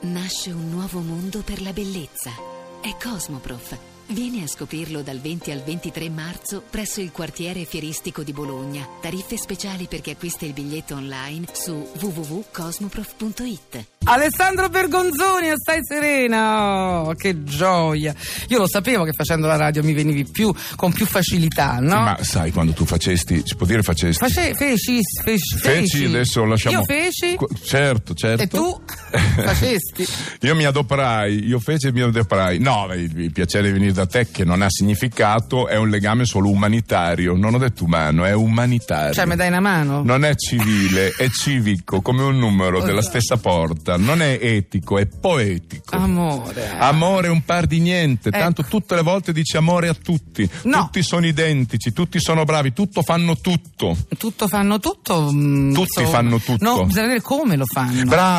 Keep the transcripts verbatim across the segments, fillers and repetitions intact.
Nasce un nuovo mondo per la bellezza. È Cosmoprof. Vieni a scoprirlo dal venti al ventitré marzo presso il quartiere fieristico di Bologna. Tariffe speciali per chi acquista il biglietto online su w w w punto cosmoprof punto i t. Alessandro Bergonzoni, stai serena? Oh, che gioia! Io lo sapevo che facendo la radio mi venivi più con più facilità, no? Ma sai, quando tu facesti, si può dire facesti? Face, feci, feci, feci, adesso lasciamo. Io feci? Certo, certo. E tu facesti? Io mi adoperai, io feci e mi adoperai. No, il, il piacere di venire da te, che non ha significato, è un legame solo umanitario. Non ho detto umano, è umanitario. Cioè, mi dai una mano? Non è civile, è civico, come un numero della stessa porta. Non è etico, è poetico. Amore. Amore è un par di niente. Ecco. Tanto tutte le volte dici amore a tutti. No. Tutti sono identici, tutti sono bravi, tutto fanno tutto. Tutto fanno tutto? Mh, Tutti so, fanno tutto. No, bisogna vedere come lo fanno.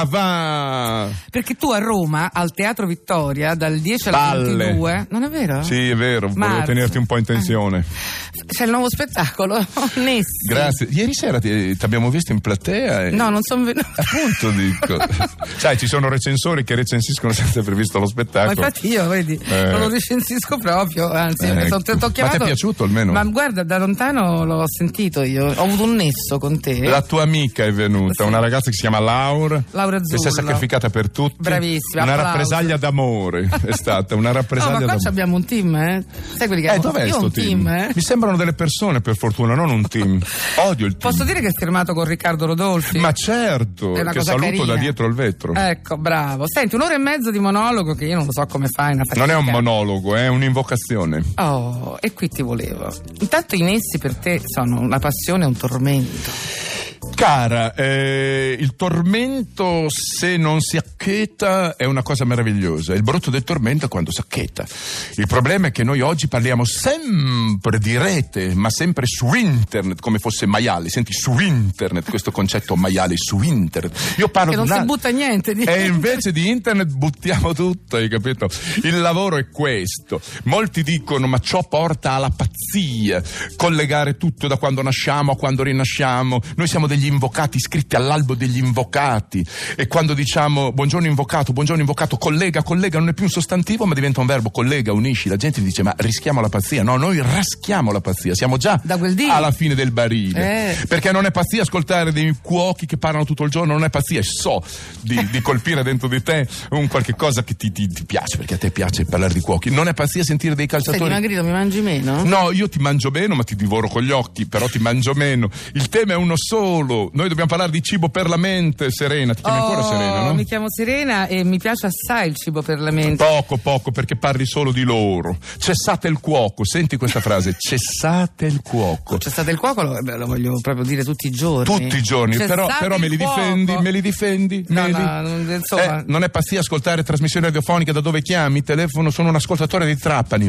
Brava! Perché tu a Roma, al Teatro Vittoria, dal dieci al Palle. ventidue, non è vero? Sì, è vero, volevo Marzo. tenerti un po' in tensione. C'è il nuovo spettacolo, Nessi. Grazie. Ieri sera ti, ti abbiamo visto in platea. E... No, non sono venuto. Appunto dico. Sai, ci sono recensori che recensiscono senza aver visto lo spettacolo. Ma infatti io, vedi, Eh. non lo recensisco proprio, anzi, Eh, sono, ti ho chiamato. Ma ti è piaciuto almeno? Ma guarda, da lontano l'ho sentito io, ho avuto un nesso con te. La tua amica è venuta, Sì. una ragazza che si chiama Laura, Laura che si è Zullo. sacrificata per tutti. Bravissima, Una applauso. rappresaglia d'amore è stata, una No, rappresaglia ma qua d'amore. abbiamo un team, eh? Sai quelli che Eh, hanno- dov'è io ho sto un team, team? eh? Mi sembrano delle persone, per fortuna, non un team. Odio il team. Posso dire che è firmato con Riccardo Rodolfi? Ma certo, È una che cosa saluto carina. da dietro il vetro. Ecco, bravo. Senti, un'ora e mezzo di monologo che io non lo so come fai, una fatica. Non è un monologo, è un'invocazione. Oh, e qui ti volevo. Intanto i Nessi per te sono una passione e un tormento. Cara, eh, il tormento, se non si accheta, è una cosa meravigliosa. Il brutto del tormento è quando si accheta. Il problema è che noi oggi parliamo sempre di rete, ma sempre su internet, come fosse maiale. Senti, su internet, questo concetto maiale, su internet. Io parlo Che non di si una... butta niente di E invece di internet buttiamo tutto, hai capito? Il lavoro è questo. Molti dicono, ma ciò porta alla pazzia, collegare tutto da quando nasciamo a quando rinasciamo. Noi siamo degli invocati iscritti all'albo degli invocati, e quando diciamo buongiorno invocato, buongiorno invocato, collega, collega non è più un sostantivo ma diventa un verbo, collega, unisci. La gente dice ma rischiamo la pazzia. No, noi raschiamo la pazzia, siamo già Da quel dì. alla fine del barile, Eh. perché non è pazzia ascoltare dei cuochi che parlano tutto il giorno, non è pazzia, so di, di colpire dentro di te un qualche cosa che ti, ti, ti piace, perché a te piace parlare di cuochi. Non è pazzia sentire dei Sei calciatori. dimagrito, mi mangi meno? No, io ti mangio meno, ma ti divoro con gli occhi, però ti mangio meno. Il tema è uno solo. Noi dobbiamo parlare di cibo per la mente, Serena. Ti chiami Oh, ancora Serena, no? Mi chiamo Serena e mi piace assai il cibo per la mente. Poco, poco, perché parli solo di loro. Cessate il cuoco, senti questa frase, cessate il cuoco. C'è stato il cuoco, lo, lo voglio proprio dire tutti i giorni. Tutti i giorni, C'è però, stato però me il li cuoco. difendi, me li difendi. No, me li- no, non- insomma. Eh, non è pazzia ascoltare trasmissioni radiofoniche da dove chiami, telefono, sono un ascoltatore di Trapani.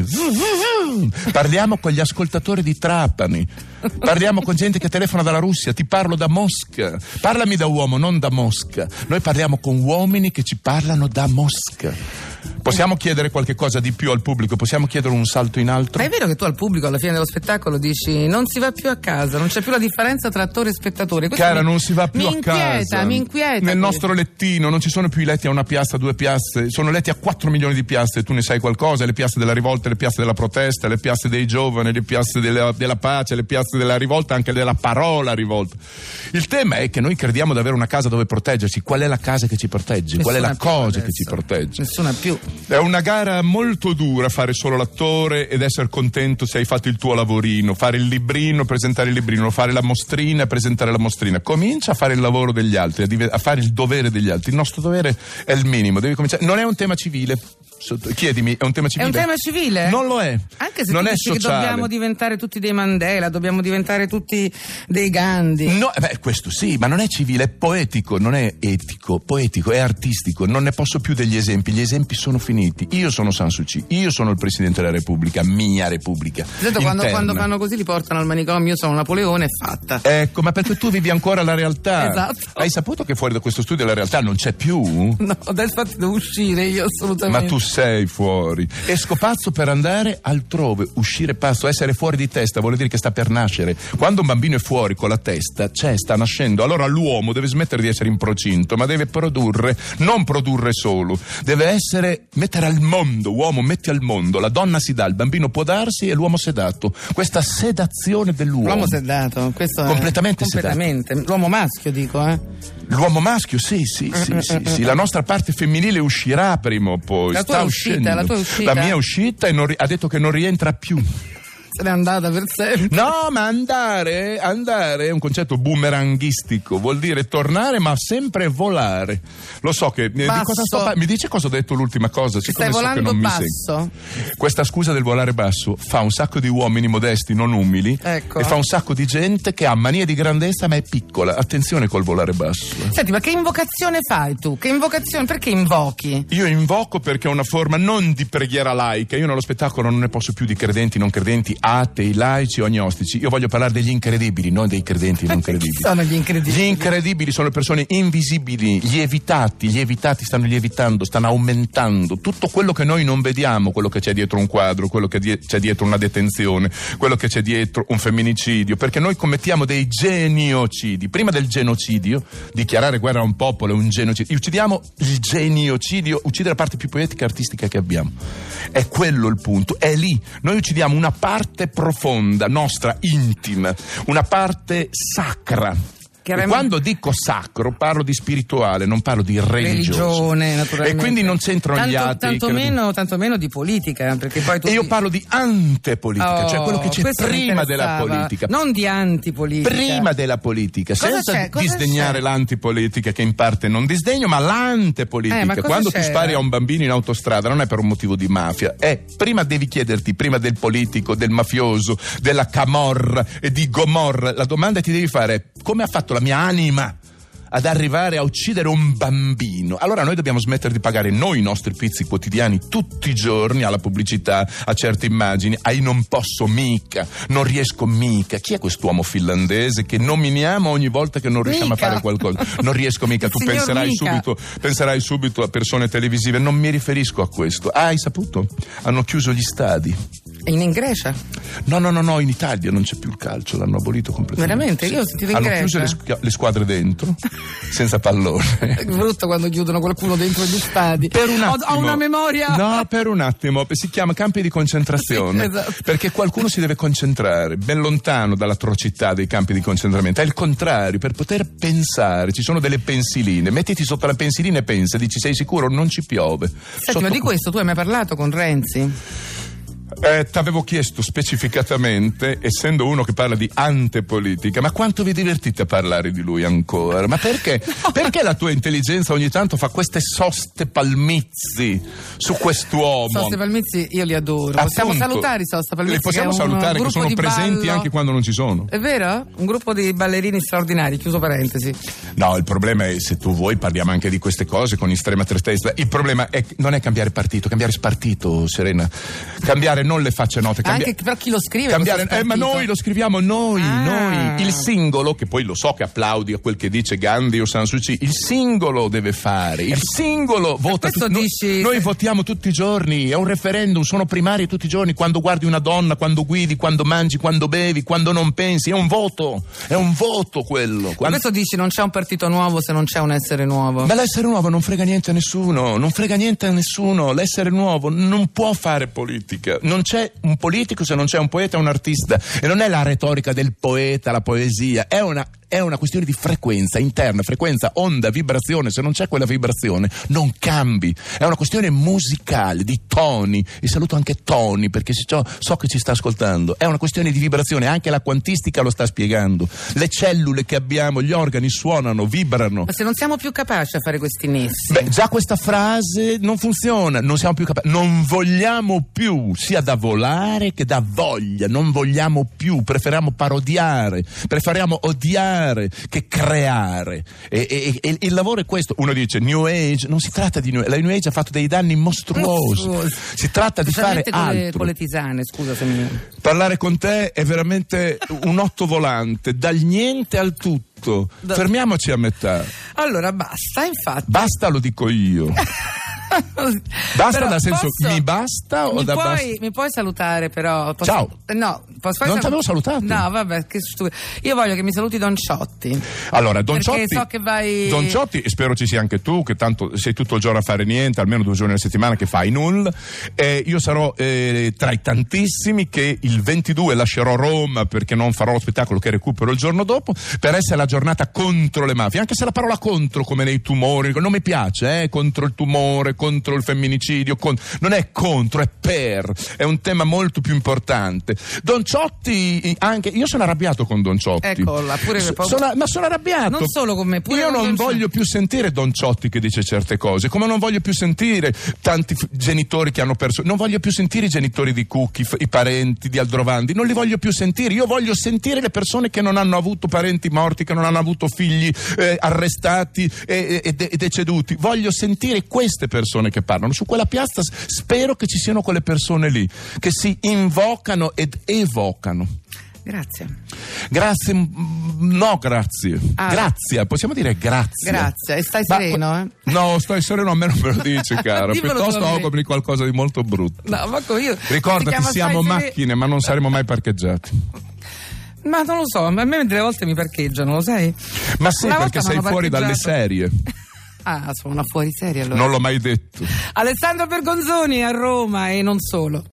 Parliamo con gli ascoltatori di Trapani. Parliamo con gente che telefona dalla Russia, ti parlo da Mosca. Parlami da uomo, non da Mosca. Noi parliamo con uomini che ci parlano da Mosca. Possiamo chiedere qualche cosa di più al pubblico? Possiamo chiedere un salto in alto? Ma è vero che tu al pubblico alla fine dello spettacolo dici non si va più a casa, non c'è più la differenza tra attore e spettatore. Questo Cara, mi, non si va più mi a inquieta, casa. Mi inquieta, Nel questo. nostro lettino non ci sono più i letti a una piazza, a due piazze, sono letti a quattro milioni di piazze. Tu ne sai qualcosa? Le piazze della rivolta, le piazze della protesta, le piazze dei giovani, le piazze della, della pace, le piazze della rivolta, anche della parola rivolta. Il tema è che noi crediamo di avere una casa dove proteggerci. Qual è la casa che ci protegge? Qual è la Nessuna più cosa adesso. che ci protegge? Nessuna più. È una gara molto dura fare solo l'attore ed essere contento se hai fatto il tuo lavorino, fare il librino, presentare il librino, fare la mostrina e presentare la mostrina. Comincia a fare il lavoro degli altri, a, div- a fare il dovere degli altri. Il nostro dovere è il minimo, devi cominciare. Non è un tema civile. Sotto- chiedimi, è un tema È civile? un tema civile? Non lo è. Anche se non tu è dici che sociale. dobbiamo diventare tutti dei Mandela, dobbiamo diventare tutti dei Gandhi. No, beh, questo sì, ma non è civile, è poetico, non è etico, poetico, è artistico, non ne posso più degli esempi, gli esempi sono finiti. Io sono San Suu Kyi, io sono il Presidente della Repubblica, mia Repubblica. Sento, quando, interna. quando fanno così li portano al manicomio, io sono Napoleone, è fatta. Ecco, ma perché tu vivi ancora la realtà. Esatto. Hai saputo che fuori da questo studio la realtà non c'è più? No, adesso infatti devo uscire io assolutamente. Ma tu sei fuori. Esco pazzo per andare altrove, uscire pazzo, essere fuori di testa vuol dire che sta per nascere. Quando un bambino è fuori con la testa, c'è, sta nascendo, allora l'uomo deve smettere di essere in procinto, ma deve produrre, non produrre solo, deve essere, mettere al mondo, uomo metti al mondo, la donna si dà, il bambino può darsi e l'uomo sedato. Questa sedazione dell'uomo. L'uomo sedato, questo completamente, è, completamente sedato. L'uomo maschio, dico, eh. L'uomo maschio, sì, sì, sì, sì, sì, sì. La nostra parte femminile uscirà prima o poi. La sta tua uscendo. uscita, la tua uscita. La mia uscita e non ri- ha detto che non rientra più. Se n'è andata per sempre. No, ma andare, andare è un concetto boomeranghistico, vuol dire tornare ma sempre volare. Lo so che di cosa sto par- mi dice cosa ho detto l'ultima cosa? Stai volando so che non basso. Mi Questa scusa del volare basso fa un sacco di uomini modesti, non umili, ecco. E fa un sacco di gente che ha manie di grandezza ma è piccola. Attenzione col volare basso. Senti, ma che invocazione fai tu? Che invocazione? Perché invochi? Io invoco perché è una forma non di preghiera laica. Io nello spettacolo non ne posso più di credenti, non credenti, atei, laici o agnostici. Io voglio parlare degli incredibili, non dei credenti non credibili. Chi sono gli incredibili? Gli incredibili sono le persone invisibili, gli evitati, gli evitati stanno lievitando, stanno aumentando. Tutto quello che noi non vediamo, quello che c'è dietro un quadro, quello che die- c'è dietro una detenzione, quello che c'è dietro un femminicidio, perché noi commettiamo dei geniocidi. Prima del genocidio, dichiarare guerra a un popolo è un genocidio. Uccidiamo il geniocidio, uccidere la parte più poetica e artistica che abbiamo. È quello il punto, è lì. Noi uccidiamo una parte profonda, nostra, intima, una parte sacra. E quando dico sacro parlo di spirituale, non parlo di religione, naturalmente. E quindi non c'entrano tanto, gli atei. Tanto meno, tanto meno di politica, perché poi tu e io ti... parlo di antepolitica, oh, cioè quello che c'è prima della politica. Non di antipolitica. Prima della politica, cosa senza c'è? Cosa disdegnare c'è? l'antipolitica, che in parte non disdegno, ma l'antepolitica. Eh, ma quando c'era? tu spari a un bambino in autostrada non è per un motivo di mafia, è prima devi chiederti, prima del politico, del mafioso, della camorra e di Gomorra, la domanda che ti devi fare è: come ha fatto la mia anima ad arrivare a uccidere un bambino? Allora noi dobbiamo smettere di pagare noi i nostri pizzi quotidiani tutti i giorni alla pubblicità, a certe immagini, ai non posso mica, non riesco mica. Chi è quest'uomo finlandese che nominiamo ogni volta che non riusciamo mica. a fare qualcosa? Non riesco mica. Tu penserai subito, penserai subito a persone televisive. Non mi riferisco a questo. Ah, hai saputo? Hanno chiuso gli stadi. In, in Grecia? No, no, no, no, in Italia non c'è più il calcio, l'hanno abolito completamente. Veramente? Io ho sentito in Hanno Grecia. chiuso le, squ- le squadre dentro, senza pallone. È brutto quando chiudono qualcuno dentro gli stadi. Per un attimo. Ho, ho una memoria. No, per un attimo. Si chiama campi di concentrazione. Sì, esatto. Perché qualcuno si deve concentrare, ben lontano dall'atrocità dei campi di concentramento. È il contrario, per poter pensare, ci sono delle pensiline. Mettiti sotto la pensilina e pensa, dici sei sicuro? Non ci piove. Senti, Sotto... ma di questo tu hai mai parlato con Renzi? Eh, t'avevo chiesto specificatamente, essendo uno che parla di antepolitica, ma quanto vi divertite a parlare di lui ancora? Ma perché? No. Perché la tua intelligenza ogni tanto fa queste soste palmizi su quest'uomo? Soste palmizi io li adoro. Appunto, possiamo salutare i soste palmizi? Li possiamo che è un salutare, che sono presenti ballo. Anche quando non ci sono. È vero? Un gruppo di ballerini straordinari, chiuso parentesi. No, il problema è, se tu vuoi parliamo anche di queste cose con estrema tristezza. Il problema è non è cambiare partito, cambiare spartito, Serena. Cambiare non le facce note, cambia- anche però chi lo scrive cambiare, eh, ma noi lo scriviamo noi, ah. noi il singolo, che poi lo so che applaudi a quel che dice Gandhi o San Suu Kyi, il singolo deve fare, il singolo vota tu- dici... noi, noi votiamo tutti i giorni, è un referendum, sono primarie tutti i giorni, quando guardi una donna, quando guidi, quando mangi, quando bevi, quando non pensi, è un voto, è un voto quello. Quando... questo dici non c'è un partito nuovo se non c'è un essere nuovo. Ma l'essere nuovo non frega niente a nessuno, non frega niente a nessuno, l'essere nuovo non può fare politica, non c'è un politico se non c'è un poeta, un artista, e non è la retorica del poeta, la poesia, è una è una questione di frequenza interna, frequenza, onda, vibrazione. Se non c'è quella vibrazione non cambi, è una questione musicale, di toni, e saluto anche Tony perché so, so che ci sta ascoltando, è una questione di vibrazione, anche la quantistica lo sta spiegando, le cellule che abbiamo, gli organi suonano, vibrano. Ma se non siamo più capaci a fare questi nessi? Beh, già questa frase non funziona, non siamo più capaci, non vogliamo più, sia da volare che da voglia, non vogliamo più, preferiamo parodiare, preferiamo odiare che creare, e, e, e il lavoro è questo. Uno dice New Age, non si tratta di New Age, la New Age ha fatto dei danni mostruosi, mostruosi. Si tratta di fare con altro. le, con le tisane, scusa se mi... Parlare con te è veramente un otto volante, dal niente al tutto. Da... fermiamoci a metà. Allora basta, infatti. Basta, lo dico io. Basta, Però nel senso, posso- mi basta o mi da puoi, basta? mi puoi salutare però? Posso- Ciao. No, posso fare Non ti avevo salutato. No, vabbè, che stupido. Io voglio che mi saluti Don Ciotti. Allora, Don Perché Ciotti, so che vai- Don Ciotti, e spero ci sia anche tu, che tanto sei tutto il giorno a fare niente, almeno due giorni alla settimana che fai nulla. Eh, io sarò eh, tra i tantissimi che il ventidue lascerò Roma perché non farò lo spettacolo che recupero il giorno dopo, per essere la giornata contro le mafie, anche se la parola contro, come nei tumori, non mi piace, eh, contro il tumore, contro il femminicidio, con... non è contro, è per, è un tema molto più importante. Don Ciotti, anche io sono arrabbiato con Don Ciotti. Eccola, pure So- che sono- ma sono arrabbiato. Non solo con me, pure Io con non Don Ciotti. voglio più sentire Don Ciotti che dice certe cose, come non voglio più sentire tanti f- genitori che hanno perso, non voglio più sentire i genitori di Cucchi, f- i parenti di Aldrovandi, non li voglio più sentire. Io voglio sentire le persone che non hanno avuto parenti morti, che non hanno avuto figli eh, arrestati e, e, e deceduti. Voglio sentire queste persone che parlano. Su quella piazza s- spero che ci siano quelle persone lì che si invocano ed evocano. Grazie. Grazie, mm, no grazie, Ah. grazie, possiamo dire grazie. Grazie, e stai Ma- sereno, eh? No, stai sereno, a me non me lo dici, cara. Dimmelo Piuttosto tu a me. occupami di qualcosa di molto brutto. No, ma co- io si Ricordati, chiama siamo stai sere- macchine, ma non saremo mai parcheggiati. Ma non lo so, a me delle volte mi parcheggiano, lo sai? Ma sì, Una perché volta mi sei hanno fuori dalle parcheggiato. serie. Ah, sono una fuoriserie allora. Non l'ho mai detto. Alessandro Bergonzoni a Roma e non solo.